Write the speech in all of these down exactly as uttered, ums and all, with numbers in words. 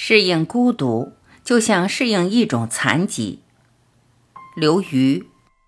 适应孤独，就像适应一种残疾。刘瑜。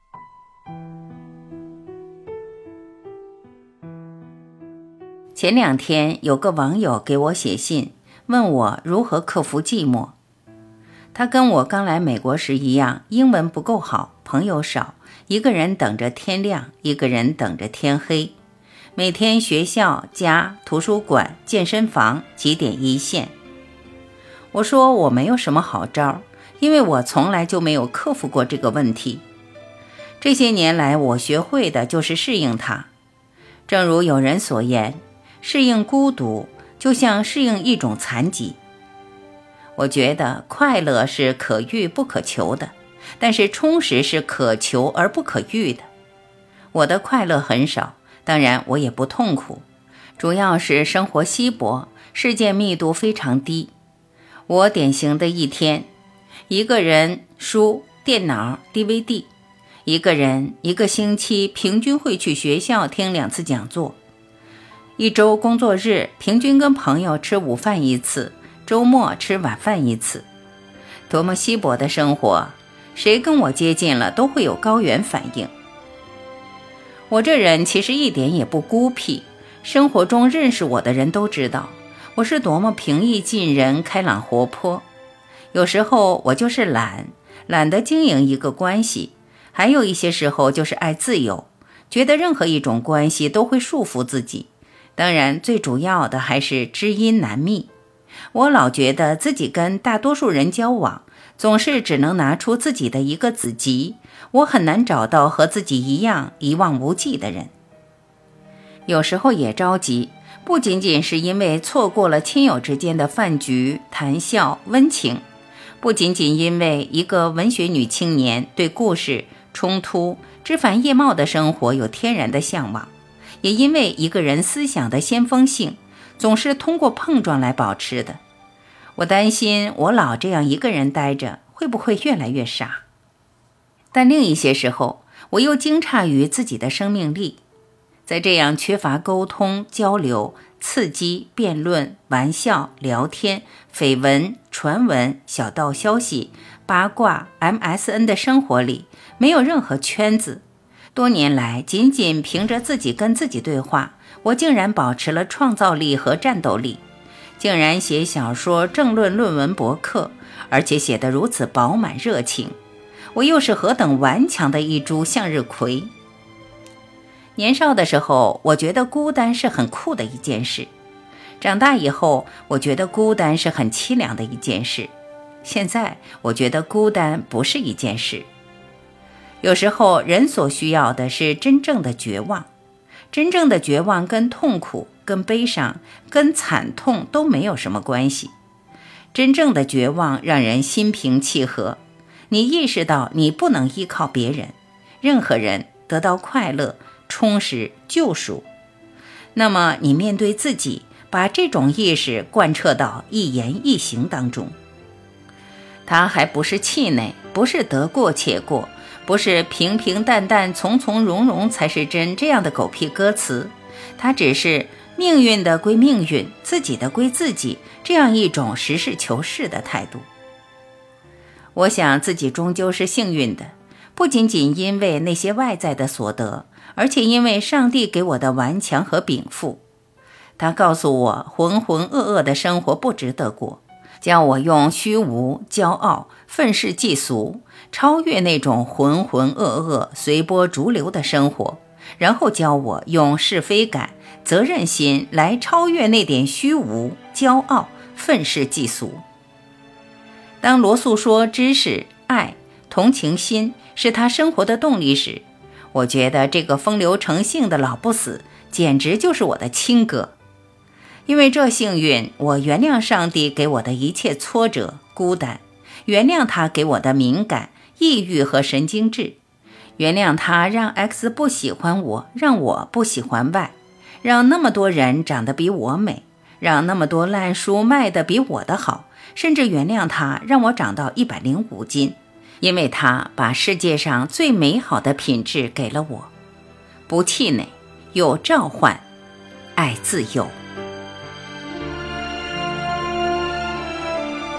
前两天有个网友给我写信，问我如何克服寂寞。他跟我刚来美国时一样，英文不够好，朋友少，一个人等着天亮，一个人等着天黑。每天学校、家、图书馆、健身房几点一线。我说我没有什么好招，因为我从来就没有克服过这个问题。这些年来我学会的就是适应它。正如有人所言，适应孤独就像适应一种残疾。我觉得快乐是可遇不可求的，但是充实是可求而不可遇的。我的快乐很少，当然我也不痛苦，主要是生活稀薄，事件密度非常低。我典型的一天，一个人书、电脑、D V D， 一个人一个星期平均会去学校听两次讲座，一周工作日平均跟朋友吃午饭一次，周末吃晚饭一次。多么稀薄的生活，谁跟我接近了都会有高原反应。我这人其实一点也不孤僻，生活中认识我的人都知道我是多么平易近人、开朗活泼。有时候我就是懒，懒得经营一个关系，还有一些时候就是爱自由，觉得任何一种关系都会束缚自己。当然最主要的还是知音难觅。我老觉得自己跟大多数人交往，总是只能拿出自己的一个子集，我很难找到和自己一样一望无际的人。有时候也着急，不仅仅是因为错过了亲友之间的饭局、谈笑、温情，不仅仅因为一个文学女青年对故事、冲突、枝繁叶茂的生活有天然的向往，也因为一个人思想的先锋性总是通过碰撞来保持的。我担心我老这样一个人待着，会不会越来越傻？但另一些时候，我又惊诧于自己的生命力。在这样缺乏沟通、交流、刺激、辩论、玩笑、聊天、绯闻、传闻、小道消息、八卦、M S N 的生活里，没有任何圈子。多年来，仅仅凭着自己跟自己对话，我竟然保持了创造力和战斗力，竟然写小说、政论、论文、博客，而且写得如此饱满热情。我又是何等顽强的一株向日葵。年少的时候，我觉得孤单是很酷的一件事。长大以后，我觉得孤单是很凄凉的一件事。现在，我觉得孤单不是一件事。有时候，人所需要的是真正的绝望。真正的绝望跟痛苦、跟悲伤、跟惨痛都没有什么关系。真正的绝望让人心平气和。你意识到你不能依靠别人，任何人得到快乐、充实、救赎。那么你面对自己，把这种意识贯彻到一言一行当中。它还不是气馁，不是得过且过，不是平平淡淡、从从容容才是真这样的狗屁歌词。它只是命运的归命运，自己的归自己，这样一种实事求是的态度。我想自己终究是幸运的，不仅仅因为那些外在的所得，而且因为上帝给我的顽强和禀赋。他告诉我浑浑噩噩的生活不值得过，叫我用虚无、骄傲、愤世嫉俗超越那种浑浑噩噩、随波逐流的生活，然后教我用是非感、责任心来超越那点虚无、骄傲、愤世嫉俗。当罗素说知识、爱、同情心是他生活的动力时，我觉得这个风流成性的老不死简直就是我的亲哥。因为这幸运，我原谅上帝给我的一切挫折、孤单，原谅他给我的敏感、抑郁和神经质，原谅他让 X 不喜欢我，让我不喜欢 Y， 让那么多人长得比我美，让那么多烂书卖得比我的好，甚至原谅他让我长到一百零五斤，因为他把世界上最美好的品质给了我。不气馁，有召唤，爱自由。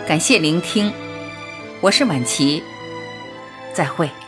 感谢聆听，我是婉琪，再会。